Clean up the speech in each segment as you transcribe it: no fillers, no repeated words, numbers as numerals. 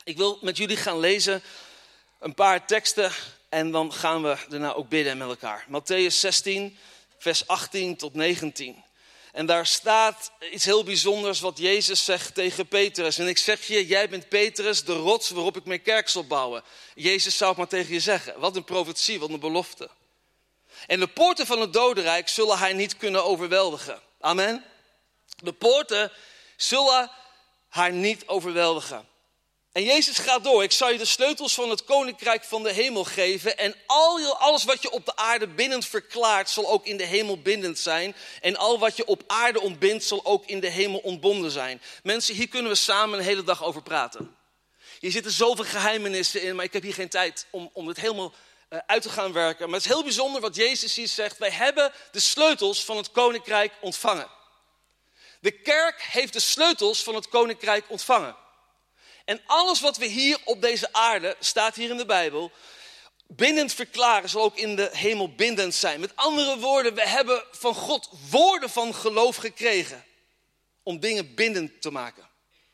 Ik wil met jullie gaan lezen een paar teksten en dan gaan we daarna ook bidden met elkaar. Mattheüs 16, vers 18 tot 19. En daar staat iets heel bijzonders wat Jezus zegt tegen Petrus. En ik zeg je, jij bent Petrus, de rots waarop ik mijn kerk zal bouwen. Jezus zou het maar tegen je zeggen. Wat een profetie, wat een belofte. En de poorten van het dodenrijk zullen hij niet kunnen overweldigen. Amen. De poorten zullen haar niet overweldigen. En Jezus gaat door. Ik zal je de sleutels van het koninkrijk van de hemel geven. En alles wat je op de aarde bindend verklaart, zal ook in de hemel bindend zijn. En al wat je op aarde ontbindt, zal ook in de hemel ontbonden zijn. Mensen, hier kunnen we samen een hele dag over praten. Hier zitten zoveel geheimenissen in, maar ik heb hier geen tijd om het helemaal uit te gaan werken. Maar het is heel bijzonder wat Jezus hier zegt. Wij hebben de sleutels van het koninkrijk ontvangen. De kerk heeft de sleutels van het koninkrijk ontvangen. En alles wat we hier op deze aarde, staat hier in de Bijbel, bindend verklaren, zal ook in de hemel bindend zijn. Met andere woorden, we hebben van God woorden van geloof gekregen om dingen bindend te maken.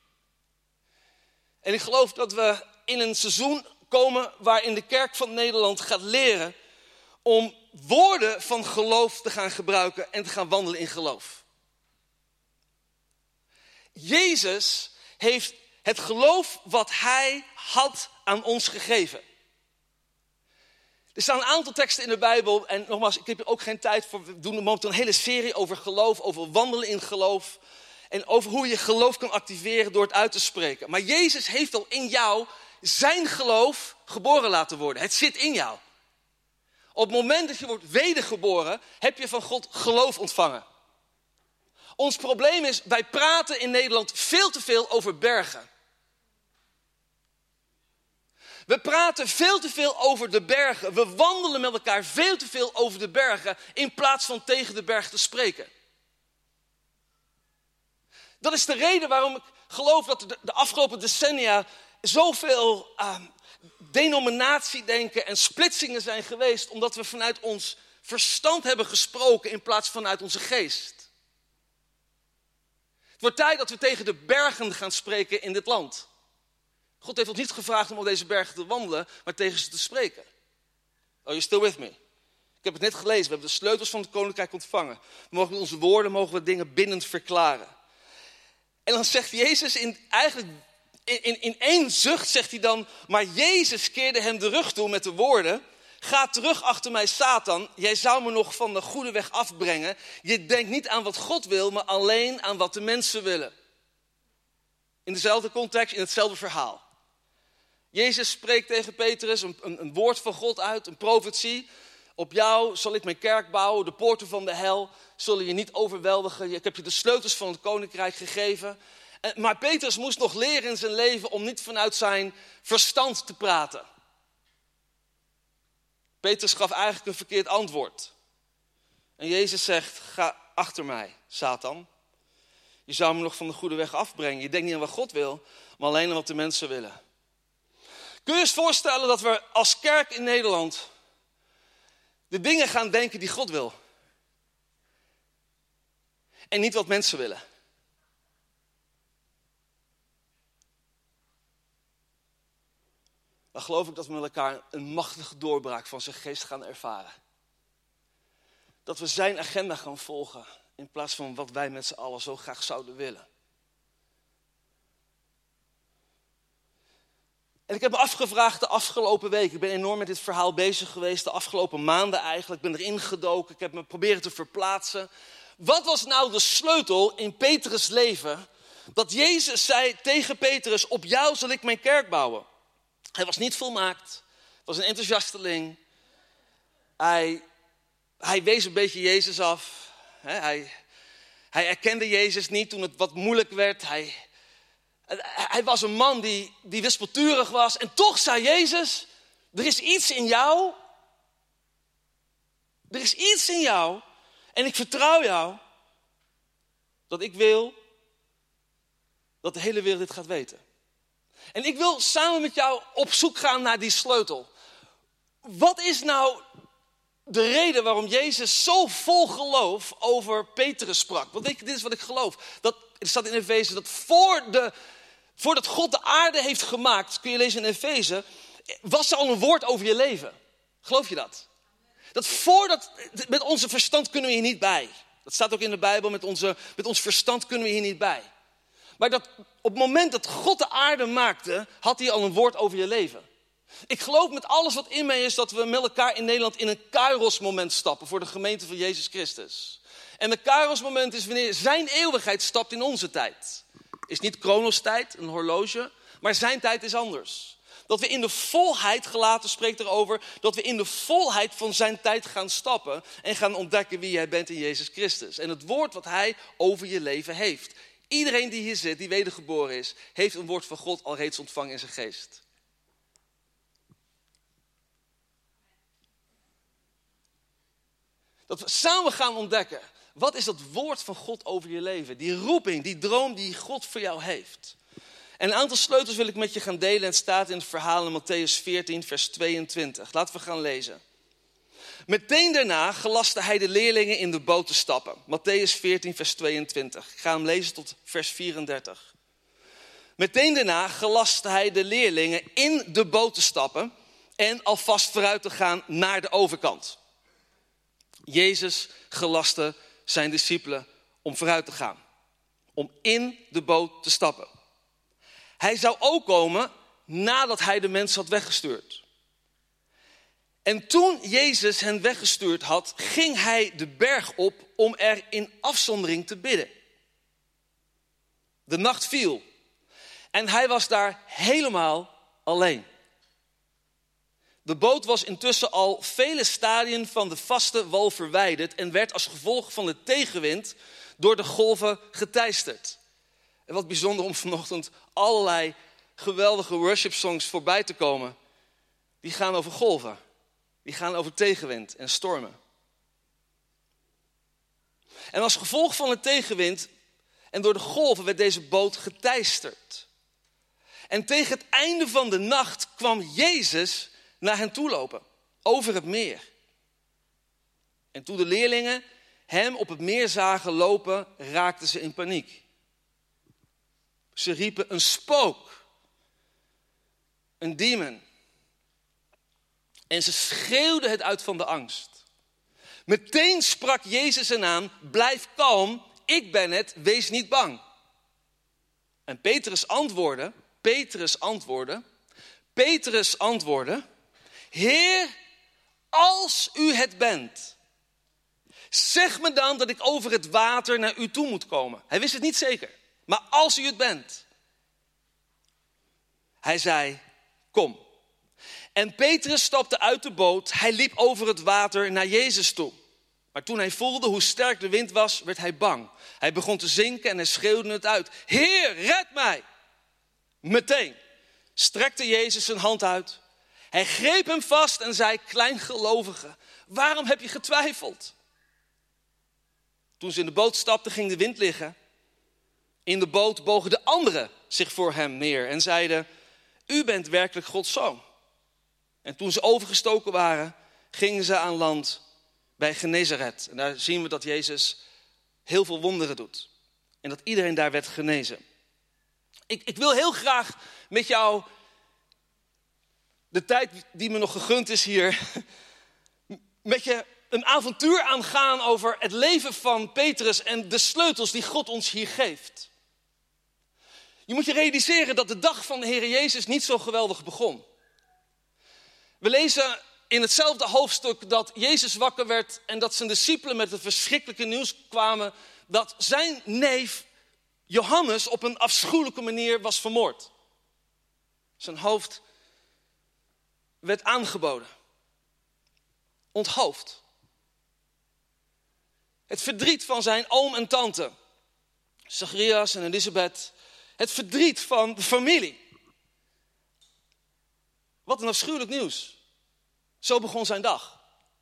En ik geloof dat we in een seizoen komen waarin de kerk van Nederland gaat leren om woorden van geloof te gaan gebruiken en te gaan wandelen in geloof. Jezus heeft het geloof wat hij had aan ons gegeven. Er staan een aantal teksten in de Bijbel. En nogmaals, ik heb er ook geen tijd voor. We doen momenteel een hele serie over geloof. Over wandelen in geloof. En over hoe je geloof kan activeren door het uit te spreken. Maar Jezus heeft al in jou zijn geloof geboren laten worden. Het zit in jou. Op het moment dat je wordt wedergeboren, heb je van God geloof ontvangen. Ons probleem is, wij praten in Nederland veel te veel over bergen. We praten veel te veel over de bergen. We wandelen met elkaar veel te veel over de bergen in plaats van tegen de berg te spreken. Dat is de reden waarom ik geloof dat de afgelopen decennia zoveel denominatiedenken en splitsingen zijn geweest. Omdat we vanuit ons verstand hebben gesproken in plaats van vanuit onze geest. Het wordt tijd dat we tegen de bergen gaan spreken in dit land. God heeft ons niet gevraagd om op deze bergen te wandelen, maar tegen ze te spreken. Oh, you're still with me? Ik heb het net gelezen, we hebben de sleutels van het koninkrijk ontvangen. We mogen met onze woorden dingen bindend verklaren. En dan zegt Jezus in één zucht, zegt hij dan, maar Jezus keerde hem de rug toe met de woorden, ga terug achter mij, Satan, jij zou me nog van de goede weg afbrengen. Je denkt niet aan wat God wil, maar alleen aan wat de mensen willen. In dezelfde context, in hetzelfde verhaal. Jezus spreekt tegen Petrus een woord van God uit, een profetie. Op jou zal ik mijn kerk bouwen, de poorten van de hel zullen je niet overweldigen. Ik heb je de sleutels van het koninkrijk gegeven. Maar Petrus moest nog leren in zijn leven om niet vanuit zijn verstand te praten. Petrus gaf eigenlijk een verkeerd antwoord. En Jezus zegt, ga achter mij, Satan. Je zou me nog van de goede weg afbrengen. Je denkt niet aan wat God wil, maar alleen aan wat de mensen willen. Kun je je eens voorstellen dat we als kerk in Nederland de dingen gaan denken die God wil? En niet wat mensen willen. Dan geloof ik dat we met elkaar een machtige doorbraak van zijn geest gaan ervaren. Dat we zijn agenda gaan volgen in plaats van wat wij met z'n allen zo graag zouden willen. En ik heb me afgevraagd de afgelopen week. Ik ben enorm met dit verhaal bezig geweest. De afgelopen maanden eigenlijk. Ik ben erin gedoken. Ik heb me proberen te verplaatsen. Wat was nou de sleutel in Petrus' leven? Dat Jezus zei tegen Petrus, op jou zal ik mijn kerk bouwen. Hij was niet volmaakt. Was een enthousiasteling. Hij wees een beetje Jezus af. Hij erkende Jezus niet toen het wat moeilijk werd. Hij was een man die wispelturig was. En toch zei Jezus, er is iets in jou. Er is iets in jou. En ik vertrouw jou. Dat ik wil dat de hele wereld dit gaat weten. En ik wil samen met jou op zoek gaan naar die sleutel. Wat is nou de reden waarom Jezus zo vol geloof over Petrus sprak? Want weet je, dit is wat ik geloof. Er staat in Efeze dat voor Voordat God de aarde heeft gemaakt, kun je lezen in Efeze, was er al een woord over je leven. Geloof je dat? Dat voordat, met onze verstand kunnen we hier niet bij. Dat staat ook in de Bijbel, met ons verstand kunnen we hier niet bij. Maar dat op het moment dat God de aarde maakte, had hij al een woord over je leven. Ik geloof met alles wat in mij is dat we met elkaar in Nederland in een Kairos moment stappen voor de gemeente van Jezus Christus. En een Kairos moment is wanneer zijn eeuwigheid stapt in onze tijd. Is niet Kronos tijd, een horloge, maar zijn tijd is anders. Dat we in de volheid, gelaten spreekt erover, dat we in de volheid van zijn tijd gaan stappen en gaan ontdekken wie jij bent in Jezus Christus. En het woord wat hij over je leven heeft. Iedereen die hier zit, die wedergeboren is, heeft een woord van God al reeds ontvangen in zijn geest. Dat we samen gaan ontdekken, wat is dat woord van God over je leven? Die roeping, die droom die God voor jou heeft. En een aantal sleutels wil ik met je gaan delen. Het staat in het verhaal in Mattheüs 14, vers 22. Laten we gaan lezen. Meteen daarna gelastte hij de leerlingen in de boot te stappen. Mattheüs 14, vers 22. Ik ga hem lezen tot vers 34. Meteen daarna gelastte hij de leerlingen in de boot te stappen en alvast vooruit te gaan naar de overkant. Jezus gelastte zijn discipelen om vooruit te gaan. Om in de boot te stappen. Hij zou ook komen nadat hij de mensen had weggestuurd. En toen Jezus hen weggestuurd had, ging hij de berg op om er in afzondering te bidden. De nacht viel en hij was daar helemaal alleen. De boot was intussen al vele stadien van de vaste wal verwijderd en werd als gevolg van de tegenwind door de golven geteisterd. En wat bijzonder om vanochtend allerlei geweldige worship songs voorbij te komen. Die gaan over golven. Die gaan over tegenwind en stormen. En als gevolg van de tegenwind en door de golven werd deze boot geteisterd. En tegen het einde van de nacht kwam Jezus naar hen toe lopen, over het meer. En toen de leerlingen hem op het meer zagen lopen, raakten ze in paniek. Ze riepen een spook, een demon. En ze schreeuwden het uit van de angst. Meteen sprak Jezus hen aan, blijf kalm, ik ben het, wees niet bang. En Petrus antwoordde, Heer, als u het bent, zeg me dan dat ik over het water naar u toe moet komen. Hij wist het niet zeker, maar als u het bent. Hij zei, kom. En Petrus stapte uit de boot, hij liep over het water naar Jezus toe. Maar toen hij voelde hoe sterk de wind was, werd hij bang. Hij begon te zinken en hij schreeuwde het uit. Heer, red mij! Meteen strekte Jezus zijn hand uit. Hij greep hem vast en zei, kleingelovige, waarom heb je getwijfeld? Toen ze in de boot stapten, ging de wind liggen. In de boot bogen de anderen zich voor hem neer en zeiden, u bent werkelijk Gods zoon. En toen ze overgestoken waren, gingen ze aan land bij Genezaret. En daar zien we dat Jezus heel veel wonderen doet. En dat iedereen daar werd genezen. Ik wil heel graag met jou de tijd die me nog gegund is hier, met je een avontuur aangaan over het leven van Petrus en de sleutels die God ons hier geeft. Je moet je realiseren dat de dag van de Heer Jezus niet zo geweldig begon. We lezen in hetzelfde hoofdstuk dat Jezus wakker werd en dat zijn discipelen met het verschrikkelijke nieuws kwamen dat zijn neef Johannes op een afschuwelijke manier was vermoord. Zijn hoofd werd aangeboden. Onthoofd. Het verdriet van zijn oom en tante, Zacharias en Elisabeth. Het verdriet van de familie. Wat een afschuwelijk nieuws. Zo begon zijn dag.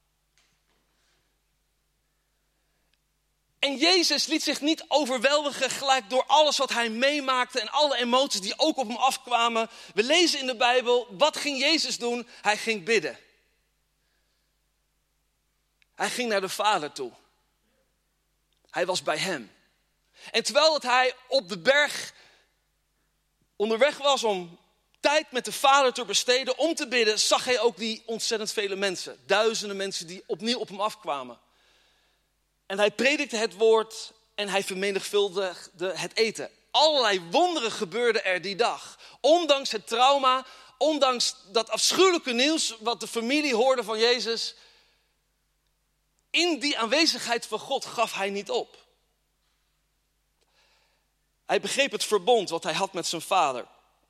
En Jezus liet zich niet overweldigen gelijk door alles wat hij meemaakte en alle emoties die ook op hem afkwamen. We lezen in de Bijbel, wat ging Jezus doen? Hij ging bidden. Hij ging naar de Vader toe. Hij was bij hem. En terwijl hij op de berg onderweg was om tijd met de Vader te besteden, om te bidden, zag hij ook die ontzettend vele mensen. Duizenden mensen die opnieuw op hem afkwamen. En hij predikte het woord en hij vermenigvuldigde het eten. Allerlei wonderen gebeurden er die dag. Ondanks het trauma, ondanks dat afschuwelijke nieuws wat de familie hoorde van Jezus. In die aanwezigheid van God gaf hij niet op. Hij begreep het verbond wat hij had met zijn vader.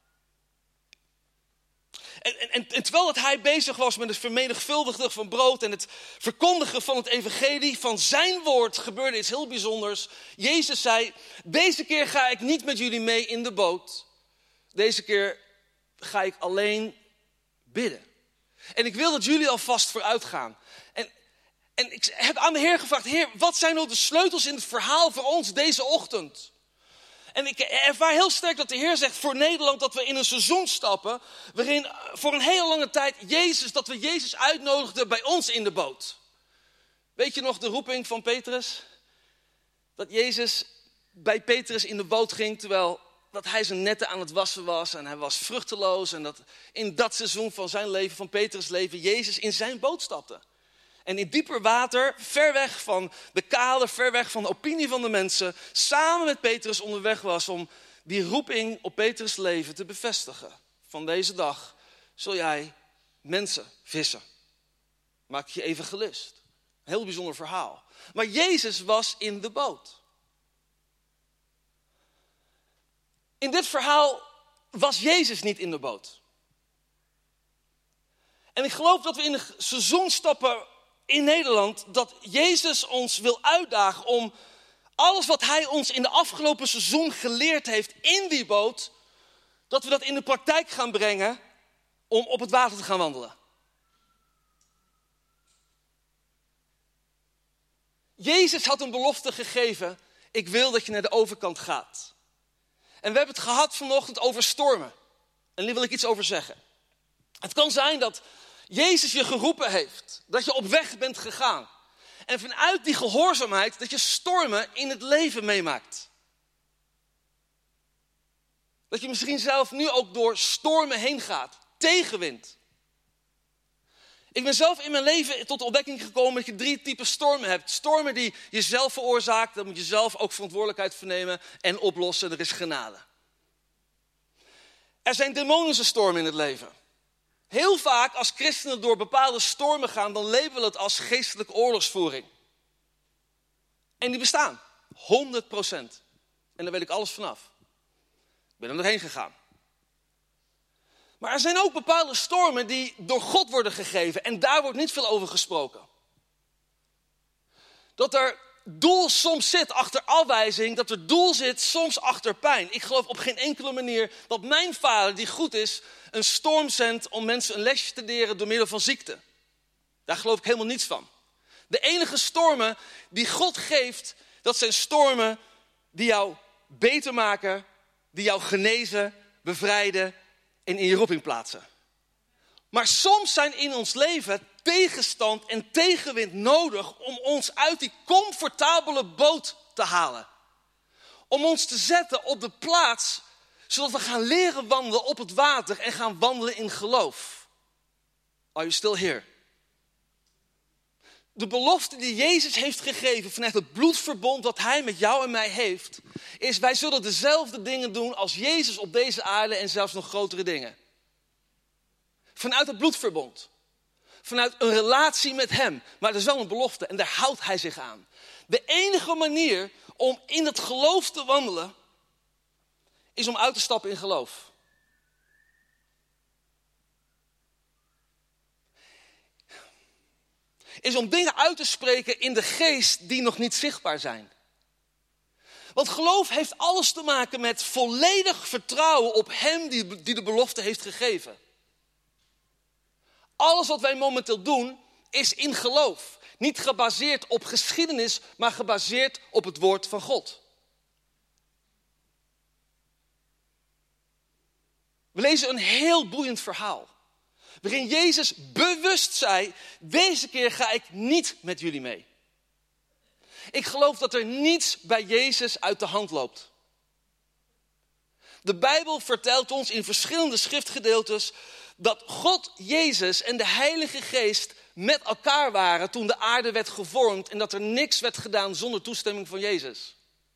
En terwijl hij bezig was met het vermenigvuldigen van brood en het verkondigen van het evangelie, van zijn woord, gebeurde iets heel bijzonders. Jezus zei, deze keer ga ik niet met jullie mee in de boot. Deze keer ga ik alleen bidden. En ik wil dat jullie alvast vooruit gaan. En ik heb aan de Heer gevraagd, Heer, wat zijn nou de sleutels in het verhaal voor ons deze ochtend? En ik ervaar heel sterk dat de Heer zegt voor Nederland dat we in een seizoen stappen, waarin voor een hele lange tijd dat we Jezus uitnodigden bij ons in de boot. Weet je nog de roeping van Petrus? Dat Jezus bij Petrus in de boot ging, terwijl dat hij zijn netten aan het wassen was en hij was vruchteloos. En dat in dat seizoen van zijn leven, van Petrus' leven, Jezus in zijn boot stapte. En in dieper water, ver weg van de kade, ver weg van de opinie van de mensen, samen met Petrus onderweg was om die roeping op Petrus' leven te bevestigen. Van deze dag zul jij mensen vissen. Maak je evangelist. Een heel bijzonder verhaal. Maar Jezus was in de boot. In dit verhaal was Jezus niet in de boot. En ik geloof dat we in een seizoen stappen in Nederland, dat Jezus ons wil uitdagen om alles wat hij ons in de afgelopen seizoen geleerd heeft in die boot, dat we dat in de praktijk gaan brengen om op het water te gaan wandelen. Jezus had een belofte gegeven, ik wil dat je naar de overkant gaat. En we hebben het gehad vanochtend over stormen. En hier wil ik iets over zeggen. Het kan zijn dat Jezus je geroepen heeft, dat je op weg bent gegaan. En vanuit die gehoorzaamheid dat je stormen in het leven meemaakt. Dat je misschien zelf nu ook door stormen heen gaat, tegenwind. Ik ben zelf in mijn leven tot de ontdekking gekomen dat je 3 typen stormen hebt. Stormen die je zelf veroorzaakt, daar moet je zelf ook verantwoordelijkheid voor nemen en oplossen, er is genade. Er zijn demonische stormen in het leven. Heel vaak als christenen door bepaalde stormen gaan, dan labelen we het als geestelijke oorlogsvoering. En die bestaan, 100%. En daar weet ik alles vanaf. Ik ben er doorheen gegaan. Maar er zijn ook bepaalde stormen die door God worden gegeven. En daar wordt niet veel over gesproken. Dat er doel soms zit achter afwijzing. Dat er doel zit soms achter pijn. Ik geloof op geen enkele manier dat mijn vader, die goed is, een storm zendt om mensen een lesje te leren door middel van ziekte. Daar geloof ik helemaal niets van. De enige stormen die God geeft, dat zijn stormen die jou beter maken, die jou genezen, bevrijden en in je roeping plaatsen. Maar soms zijn in ons leven tegenstand en tegenwind nodig om ons uit die comfortabele boot te halen. Om ons te zetten op de plaats, zodat we gaan leren wandelen op het water en gaan wandelen in geloof. Are you still here? De belofte die Jezus heeft gegeven vanuit het bloedverbond dat hij met jou en mij heeft, is wij zullen dezelfde dingen doen als Jezus op deze aarde en zelfs nog grotere dingen. Vanuit het bloedverbond. Vanuit een relatie met hem. Maar er is wel een belofte en daar houdt hij zich aan. De enige manier om in het geloof te wandelen is om uit te stappen in geloof. Is om dingen uit te spreken in de geest die nog niet zichtbaar zijn. Want geloof heeft alles te maken met volledig vertrouwen op hem die de belofte heeft gegeven. Alles wat wij momenteel doen is in geloof. Niet gebaseerd op geschiedenis, maar gebaseerd op het woord van God. We lezen een heel boeiend verhaal. Waarin Jezus bewust zei, deze keer ga ik niet met jullie mee. Ik geloof dat er niets bij Jezus uit de hand loopt. De Bijbel vertelt ons in verschillende schriftgedeeltes dat God, Jezus en de Heilige Geest met elkaar waren toen de aarde werd gevormd en dat er niks werd gedaan zonder toestemming van Jezus.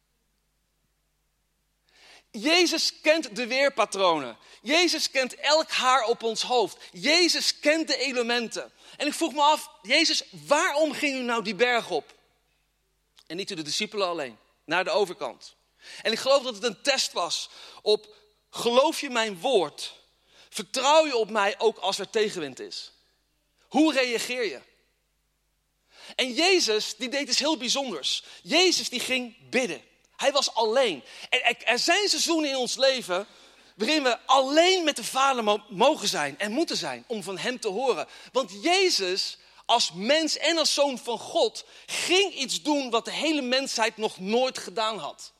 Jezus kent de weerpatronen. Jezus kent elk haar op ons hoofd. Jezus kent de elementen. En ik vroeg me af, Jezus, waarom ging u nou die berg op? En niet de discipelen alleen, naar de overkant. En ik geloof dat het een test was op, geloof je mijn woord? Vertrouw je op mij ook als er tegenwind is? Hoe reageer je? En Jezus, die deed iets heel bijzonders. Jezus, die ging bidden. Hij was alleen. En er zijn seizoenen in ons leven waarin we alleen met de Vader mogen zijn en moeten zijn om van hem te horen. Want Jezus, als mens en als zoon van God, ging iets doen wat de hele mensheid nog nooit gedaan had.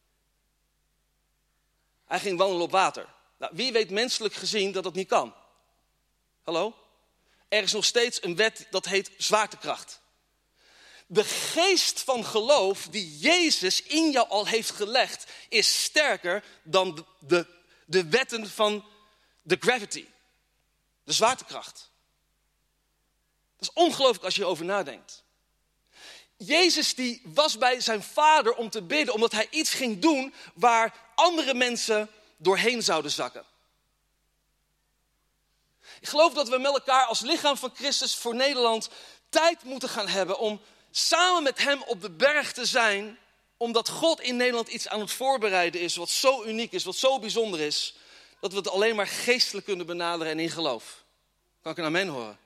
Hij ging wandelen op water. Nou, wie weet menselijk gezien dat dat niet kan? Hallo? Er is nog steeds een wet dat heet zwaartekracht. De geest van geloof die Jezus in jou al heeft gelegd, is sterker dan de wetten van de gravity. De zwaartekracht. Dat is ongelooflijk als je erover nadenkt. Jezus die was bij zijn vader om te bidden, omdat hij iets ging doen waar andere mensen doorheen zouden zakken. Ik geloof dat we met elkaar als lichaam van Christus voor Nederland tijd moeten gaan hebben om samen met hem op de berg te zijn, omdat God in Nederland iets aan het voorbereiden is, wat zo uniek is, wat zo bijzonder is, dat we het alleen maar geestelijk kunnen benaderen en in geloof. Kan ik een amen horen?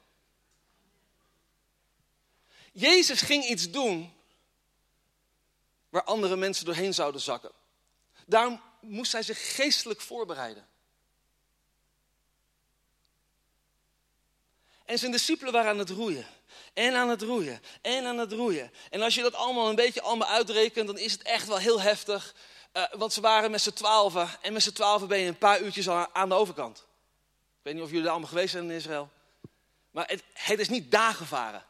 Jezus ging iets doen waar andere mensen doorheen zouden zakken. Daarom moest hij zich geestelijk voorbereiden. En zijn discipelen waren aan het roeien. En aan het roeien. En aan het roeien. En als je dat allemaal een beetje uitrekent, dan is het echt wel heel heftig. Want ze waren met z'n 12. En met z'n 12 ben je een paar uurtjes al aan de overkant. Ik weet niet of jullie er allemaal geweest zijn in Israël. Maar het is niet dagen varen.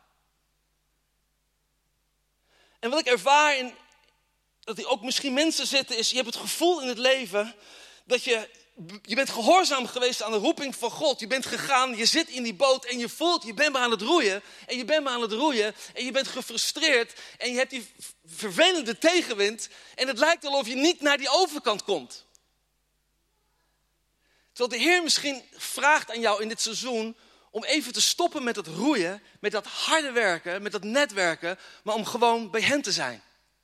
En wat ik ervaar, dat er ook misschien mensen zitten, is je hebt het gevoel in het leven dat je bent gehoorzaam geweest aan de roeping van God. Je bent gegaan, je zit in die boot en je voelt, je bent maar aan het roeien. En je bent maar aan het roeien en je bent gefrustreerd. En je hebt die vervelende tegenwind. En het lijkt alsof je niet naar die overkant komt. Terwijl de Heer misschien vraagt aan jou in dit seizoen om even te stoppen met dat roeien, met dat harde werken, met dat netwerken, maar om gewoon bij hem te zijn.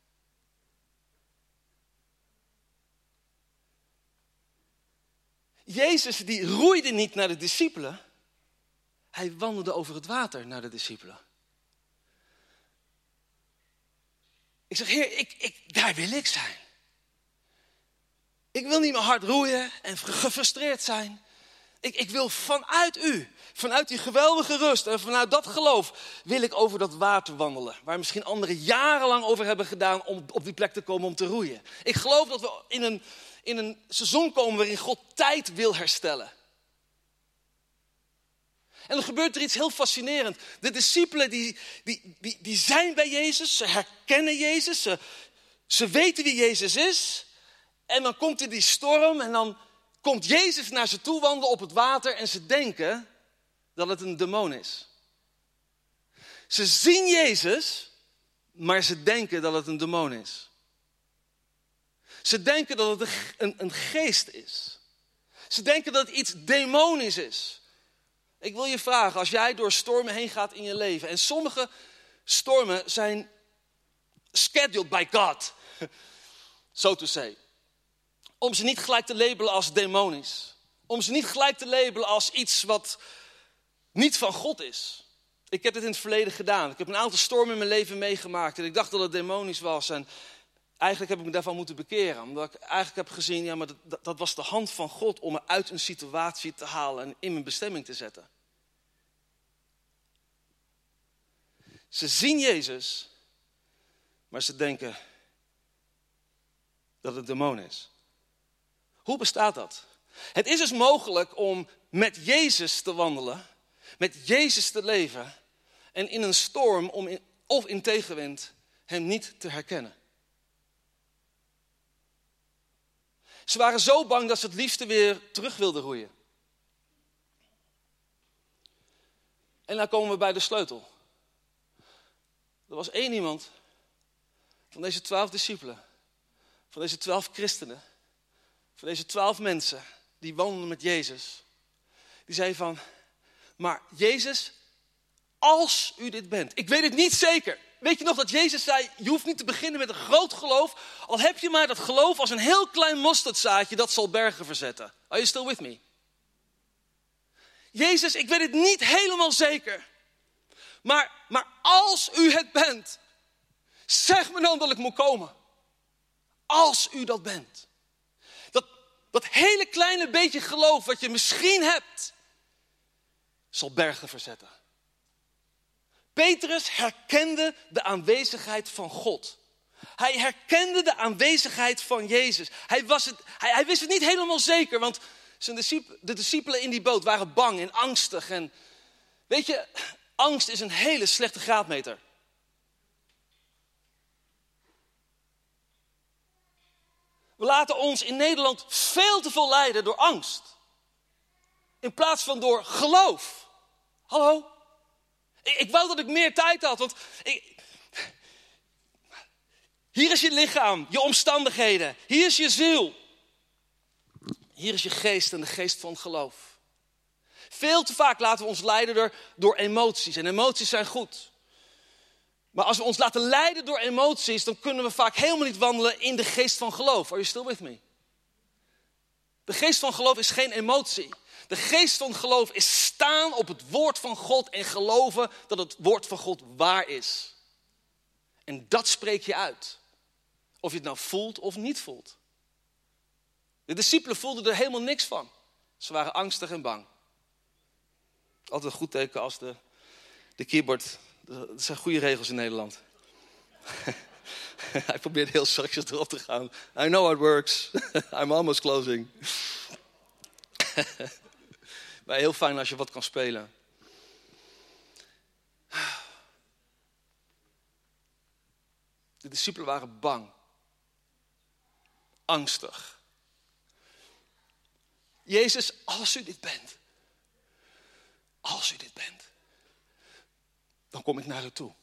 Jezus die roeide niet naar de discipelen. Hij wandelde over het water naar de discipelen. Ik zeg, Heer, daar wil ik zijn. Ik wil niet meer hard roeien en gefrustreerd zijn. Ik wil vanuit u, vanuit die geweldige rust en vanuit dat geloof, wil ik over dat water wandelen. Waar misschien anderen jarenlang over hebben gedaan om op die plek te komen om te roeien. Ik geloof dat we in een seizoen komen waarin God tijd wil herstellen. En dan gebeurt er iets heel fascinerends. De discipelen die zijn bij Jezus, ze herkennen Jezus, ze weten wie Jezus is. En dan komt er die storm en dan komt Jezus naar ze toe wandelen op het water en ze denken dat het een demon is. Ze zien Jezus, maar ze denken dat het een demon is. Ze denken dat het een geest is. Ze denken dat het iets demonisch is. Ik wil je vragen, als jij door stormen heen gaat in je leven, en sommige stormen zijn scheduled by God, so to say. Om ze niet gelijk te labelen als demonisch. Om ze niet gelijk te labelen als iets wat niet van God is. Ik heb dit in het verleden gedaan. Ik heb een aantal stormen in mijn leven meegemaakt. En ik dacht dat het demonisch was. En eigenlijk heb ik me daarvan moeten bekeren. Omdat ik eigenlijk heb gezien, ja, maar dat was de hand van God om me uit een situatie te halen en in mijn bestemming te zetten. Ze zien Jezus, maar ze denken dat het demon is. Hoe bestaat dat? Het is dus mogelijk om met Jezus te wandelen, met Jezus te leven en in een storm of in tegenwind hem niet te herkennen. Ze waren zo bang dat ze het liefste weer terug wilden roeien. En dan komen we bij de sleutel. Er was één iemand van deze 12 discipelen, van deze 12 christenen, van deze 12 mensen die wandelden met Jezus. Die zei van, maar Jezus, als u dit bent. Ik weet het niet zeker. Weet je nog dat Jezus zei, je hoeft niet te beginnen met een groot geloof. Al heb je maar dat geloof als een heel klein mosterdzaadje, dat zal bergen verzetten. Are you still with me? Jezus, ik weet het niet helemaal zeker. Maar als u het bent, zeg me dan dat ik moet komen. Als u dat bent. Dat hele kleine beetje geloof wat je misschien hebt, zal bergen verzetten. Petrus herkende de aanwezigheid van God. Hij herkende de aanwezigheid van Jezus. Hij wist het niet helemaal zeker, want de discipelen in die boot waren bang en angstig. En weet je, angst is een hele slechte graadmeter. We laten ons in Nederland veel te veel leiden door angst. In plaats van door geloof. Hallo? Ik wou dat ik meer tijd had, want hier is je lichaam, je omstandigheden. Hier is je ziel. Hier is je geest en de geest van geloof. Veel te vaak laten we ons leiden door emoties. En emoties zijn goed. Maar als we ons laten leiden door emoties, dan kunnen we vaak helemaal niet wandelen in de geest van geloof. Are you still with me? De geest van geloof is geen emotie. De geest van geloof is staan op het woord van God en geloven dat het woord van God waar is. En dat spreek je uit. Of je het nou voelt of niet voelt. De discipelen voelden er helemaal niks van. Ze waren angstig en bang. Altijd een goed teken als de keyboard. Dat zijn goede regels in Nederland. Hij probeert heel zachtjes erop te gaan. I know it works. I'm almost closing. Maar heel fijn als je wat kan spelen. De discipelen waren bang. Angstig. Jezus, als u dit bent. Als u dit bent. Dan kom ik naar u toe.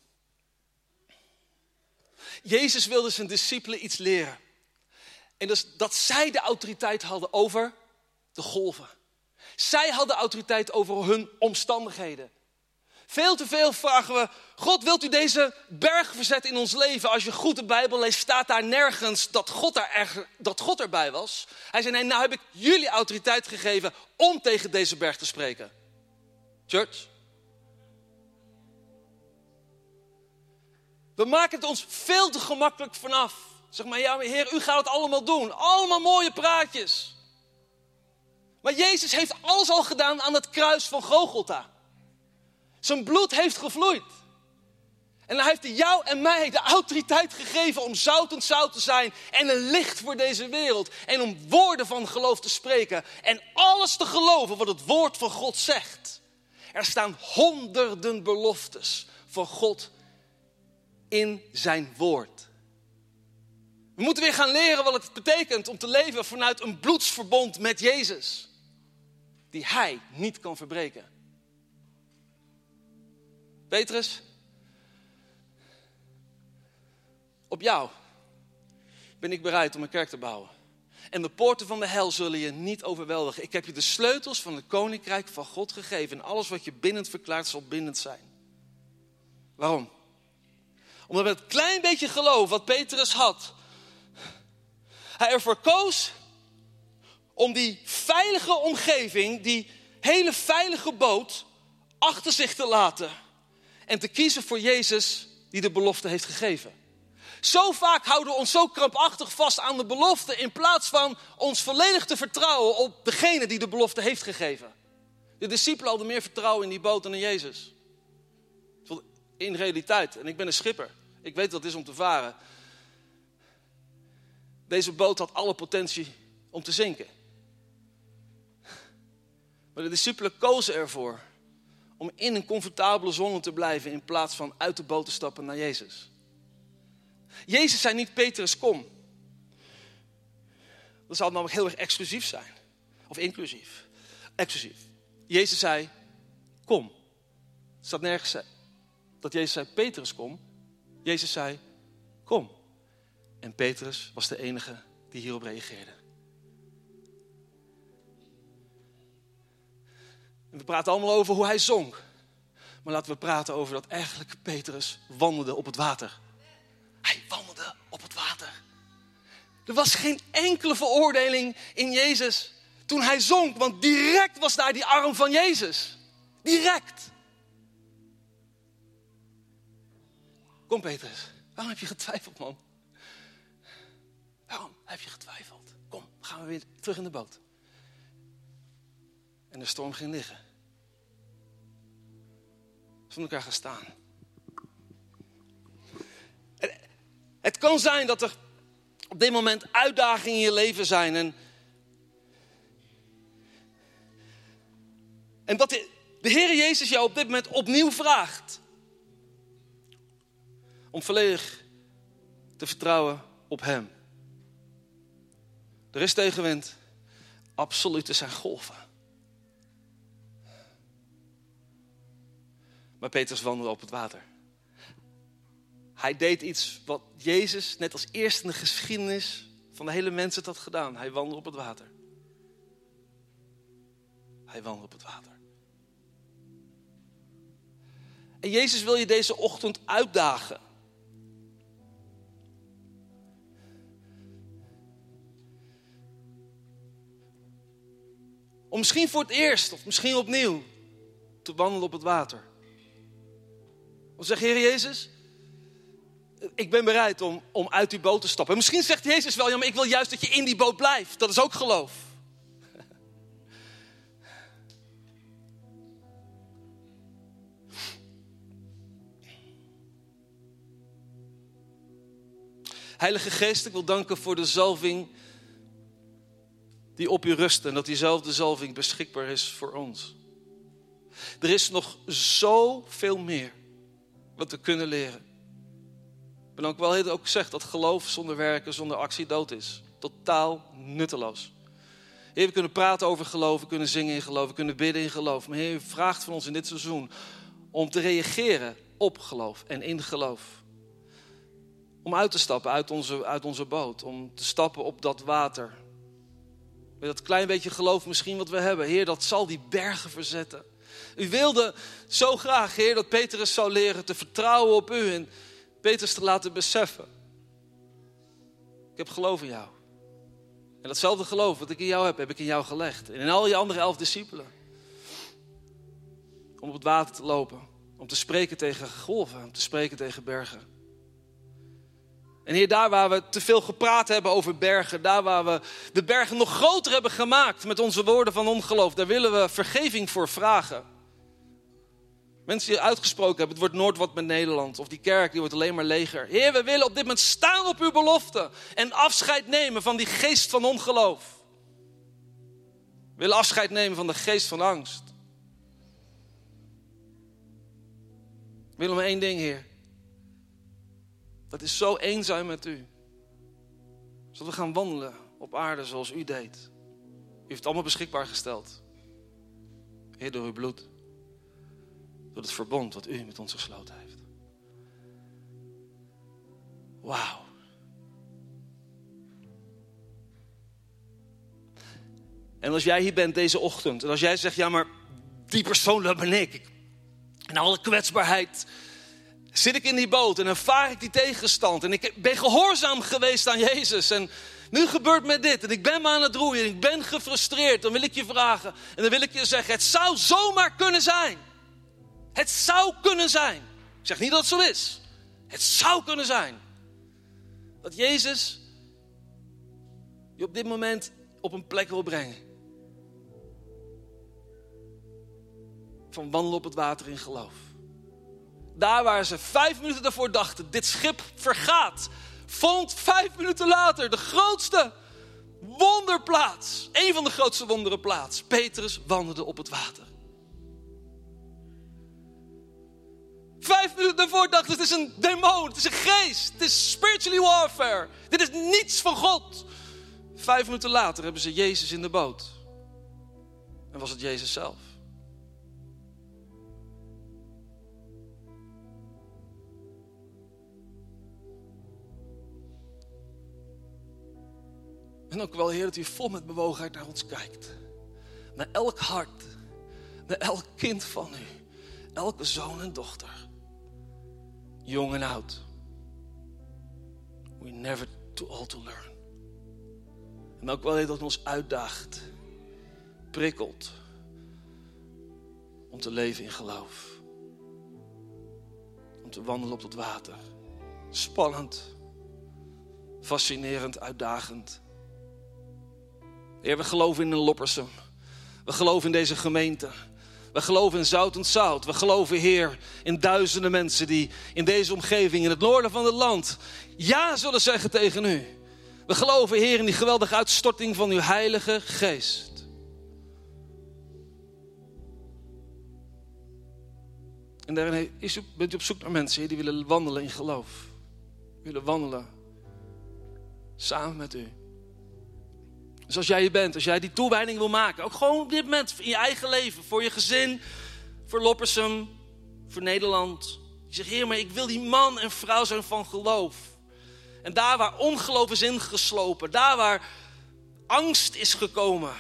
Jezus wilde zijn discipelen iets leren. En dus dat zij de autoriteit hadden over de golven. Zij hadden autoriteit over hun omstandigheden. Veel te veel vragen we, God, wilt u deze berg verzetten in ons leven? Als je goed de Bijbel leest, staat daar nergens dat God erbij was. Hij zei, nee, nou heb ik jullie autoriteit gegeven om tegen deze berg te spreken. Church. We maken het ons veel te gemakkelijk vanaf. Zeg maar, ja, Heer, u gaat het allemaal doen. Allemaal mooie praatjes. Maar Jezus heeft alles al gedaan aan het kruis van Golgotha. Zijn bloed heeft gevloeid. En hij heeft jou en mij de autoriteit gegeven om zoutend zout te zijn. En een licht voor deze wereld. En om woorden van geloof te spreken. En alles te geloven wat het woord van God zegt. Er staan honderden beloftes van God in zijn woord. We moeten weer gaan leren wat het betekent om te leven vanuit een bloedsverbond met Jezus. Die hij niet kan verbreken. Petrus, op jou ben ik bereid om een kerk te bouwen. En de poorten van de hel zullen je niet overweldigen. Ik heb je de sleutels van het koninkrijk van God gegeven. En alles wat je bindend verklaart zal bindend zijn. Waarom? Omdat met het klein beetje geloof wat Petrus had, hij ervoor koos om die veilige omgeving, die hele veilige boot, achter zich te laten. En te kiezen voor Jezus die de belofte heeft gegeven. Zo vaak houden we ons zo krampachtig vast aan de belofte, in plaats van ons volledig te vertrouwen op degene die de belofte heeft gegeven. De discipelen hadden meer vertrouwen in die boot dan in Jezus. In realiteit. En ik ben een schipper. Ik weet wat het is om te varen. Deze boot had alle potentie om te zinken. Maar de discipelen kozen ervoor om in een comfortabele zone te blijven in plaats van uit de boot te stappen naar Jezus. Jezus zei niet, Petrus, kom. Dat zou namelijk heel erg exclusief zijn. Of inclusief. Exclusief. Jezus zei, kom. Er staat nergens dat Jezus zei, Petrus, kom. Jezus zei, kom. En Petrus was de enige die hierop reageerde. En we praten allemaal over hoe hij zong. Maar laten we praten over dat eigenlijk Petrus wandelde op het water. Hij wandelde op het water. Er was geen enkele veroordeling in Jezus toen hij zong. Want direct was daar die arm van Jezus. Direct. Kom Petrus, waarom heb je getwijfeld, man? Waarom heb je getwijfeld? Kom, gaan we weer terug in de boot. En de storm ging liggen. Ze van elkaar gaan staan. Het kan zijn dat er op dit moment uitdagingen in je leven zijn. En dat de Heer Jezus jou op dit moment opnieuw vraagt. Om volledig te vertrouwen op hem. Er is tegenwind. Absoluut, er zijn golven. Maar Petrus wandelde op het water. Hij deed iets wat Jezus net als eerste in de geschiedenis van de hele mensheid had gedaan. Hij wandelde op het water. Hij wandelde op het water. En Jezus wil je deze ochtend uitdagen. Om misschien voor het eerst of misschien opnieuw te wandelen op het water. Of zeg, Heer Jezus, ik ben bereid om uit die boot te stappen. En misschien zegt Jezus wel, ja, maar ik wil juist dat je in die boot blijft. Dat is ook geloof. Heilige Geest, ik wil danken voor de zalving die op u rust. En dat diezelfde zalving beschikbaar is voor ons. Er is nog zoveel meer wat we kunnen leren. Ik ben ook wel ook gezegd dat geloof zonder werken, zonder actie dood is. Totaal nutteloos. Heer, we kunnen praten over geloof, we kunnen zingen in geloof, we kunnen bidden in geloof. Maar Heer, u vraagt van ons in dit seizoen om te reageren op geloof en in geloof. Om uit te stappen uit onze boot, om te stappen op dat water. Met dat klein beetje geloof misschien wat we hebben. Heer, dat zal die bergen verzetten. U wilde zo graag, Heer, dat Petrus zou leren te vertrouwen op u. En Petrus te laten beseffen. Ik heb geloof in jou. En datzelfde geloof wat ik in jou heb ik in jou gelegd. En in al je andere 11 discipelen. Om op het water te lopen. Om te spreken tegen golven. Om te spreken tegen bergen. En Heer, daar waar we te veel gepraat hebben over bergen. Daar waar we de bergen nog groter hebben gemaakt met onze woorden van ongeloof. Daar willen we vergeving voor vragen. Mensen die uitgesproken hebben, het wordt nooit wat met Nederland. Of die kerk, die wordt alleen maar leger. Heer, we willen op dit moment staan op uw belofte. En afscheid nemen van die geest van ongeloof. We willen afscheid nemen van de geest van angst. We willen maar één ding, Heer. Dat is zo eenzaam met u. Zodat we gaan wandelen op aarde zoals u deed. U heeft het allemaal beschikbaar gesteld. Heer, door uw bloed. Door het verbond wat u met ons gesloten heeft. Wauw. En als jij hier bent deze ochtend. En als jij zegt, ja maar die persoon dat ben ik. En alle kwetsbaarheid. Zit ik in die boot en ervaar ik die tegenstand. En ik ben gehoorzaam geweest aan Jezus. En nu gebeurt me dit. En ik ben me aan het roeien. En ik ben gefrustreerd. Dan wil ik je vragen. En dan wil ik je zeggen. Het zou zomaar kunnen zijn. Het zou kunnen zijn. Ik zeg niet dat het zo is. Het zou kunnen zijn. Dat Jezus je op dit moment op een plek wil brengen. Van wandelen op het water in geloof. Daar waar ze 5 minuten daarvoor dachten, dit schip vergaat. Vond 5 minuten later de grootste wonderplaats. Een van de grootste wonderenplaats. Petrus wandelde op het water. 5 minuten daarvoor dachten, het is een demon, het is een geest. Het is spiritually warfare. Dit is niets van God. 5 minuten later hebben ze Jezus in de boot. En was het Jezus zelf. En ook wel, Heer, dat u vol met bewogenheid naar ons kijkt. Naar elk hart. Naar elk kind van u. Elke zoon en dochter. Jong en oud. We never too old to learn. En ook wel, Heer, dat u ons uitdaagt. Prikkelt. Om te leven in geloof. Om te wandelen op het water. Spannend. Fascinerend, uitdagend. Heer, we geloven in een Loppersum. We geloven in deze gemeente. We geloven in Zout en Zout. We geloven, Heer, in duizenden mensen die in deze omgeving, in het noorden van het land, ja zullen zeggen tegen u. We geloven, Heer, in die geweldige uitstorting van uw Heilige Geest. En daarin bent u op zoek naar mensen, Heer, die willen wandelen in geloof. Willen wandelen samen met u. Dus als jij hier bent, als jij die toewijding wil maken, ook gewoon op dit moment in je eigen leven, voor je gezin, voor Loppersum, voor Nederland. Je zegt, Heer, maar ik wil die man en vrouw zijn van geloof. En daar waar ongeloof is ingeslopen, daar waar angst is gekomen.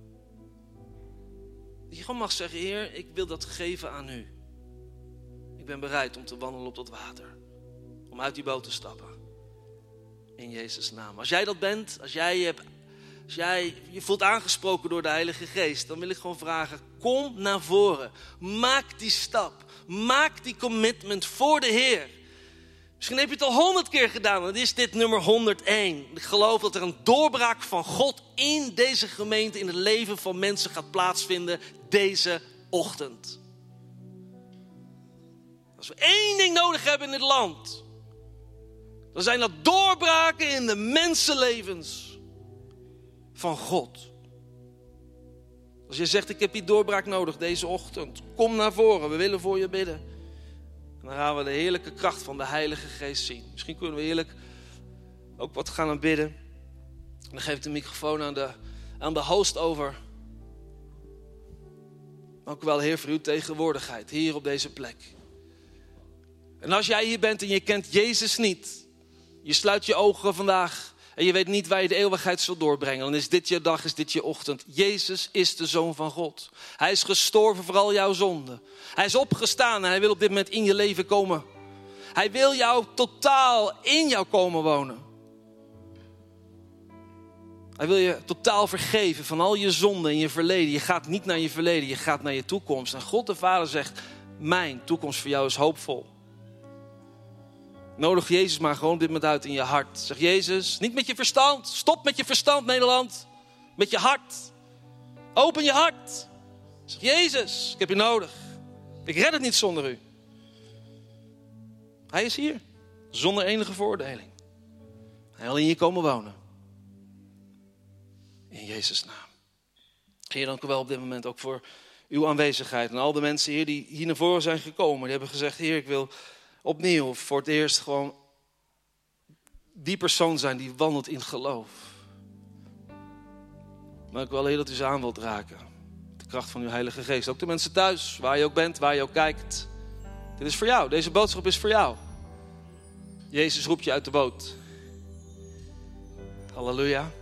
Dat je gewoon mag zeggen, Heer, ik wil dat geven aan u. Ik ben bereid om te wandelen op dat water. Om uit die boot te stappen. In Jezus' naam. Als jij dat bent, als jij je voelt aangesproken door de Heilige Geest, dan wil ik gewoon vragen, kom naar voren. Maak die stap. Maak die commitment voor de Heer. Misschien heb je het al 100 keer gedaan, dan is dit nummer 101. Ik geloof dat er een doorbraak van God in deze gemeente, in het leven van mensen gaat plaatsvinden deze ochtend. Als we 1 ding nodig hebben in dit land, dan zijn dat doorbraken in de mensenlevens van God. Als je zegt, ik heb die doorbraak nodig deze ochtend, kom naar voren, we willen voor je bidden. En dan gaan we de heerlijke kracht van de Heilige Geest zien. Misschien kunnen we heerlijk ook wat gaan bidden. En dan geef ik de microfoon aan de host over. Maar ook wel, Heer, voor uw tegenwoordigheid hier op deze plek. En als jij hier bent en je kent Jezus niet, je sluit je ogen vandaag en je weet niet waar je de eeuwigheid zult doorbrengen, dan is dit je dag, is dit je ochtend. Jezus is de Zoon van God. Hij is gestorven voor al jouw zonden. Hij is opgestaan en hij wil op dit moment in je leven komen. Hij wil jou totaal in jou komen wonen. Hij wil je totaal vergeven van al je zonden in je verleden. Je gaat niet naar je verleden, je gaat naar je toekomst. En God de Vader zegt, mijn toekomst voor jou is hoopvol. Nodig Jezus maar gewoon dit moment uit in je hart. Zeg, Jezus, niet met je verstand. Stop met je verstand, Nederland. Met je hart. Open je hart. Zeg, Jezus, ik heb je nodig. Ik red het niet zonder u. Hij is hier. Zonder enige veroordeling. Hij wil in je komen wonen. In Jezus' naam. Heer, dank u wel op dit moment ook voor uw aanwezigheid. En al de mensen hier die hier naar voren zijn gekomen. Die hebben gezegd, Heer, ik wil opnieuw voor het eerst gewoon die persoon zijn die wandelt in geloof. Maar ik wil, Heer, dat u ze aan wilt raken. De kracht van uw Heilige Geest. Ook de mensen thuis, waar je ook bent, waar je ook kijkt. Dit is voor jou. Deze boodschap is voor jou. Jezus roept je uit de boot. Halleluja.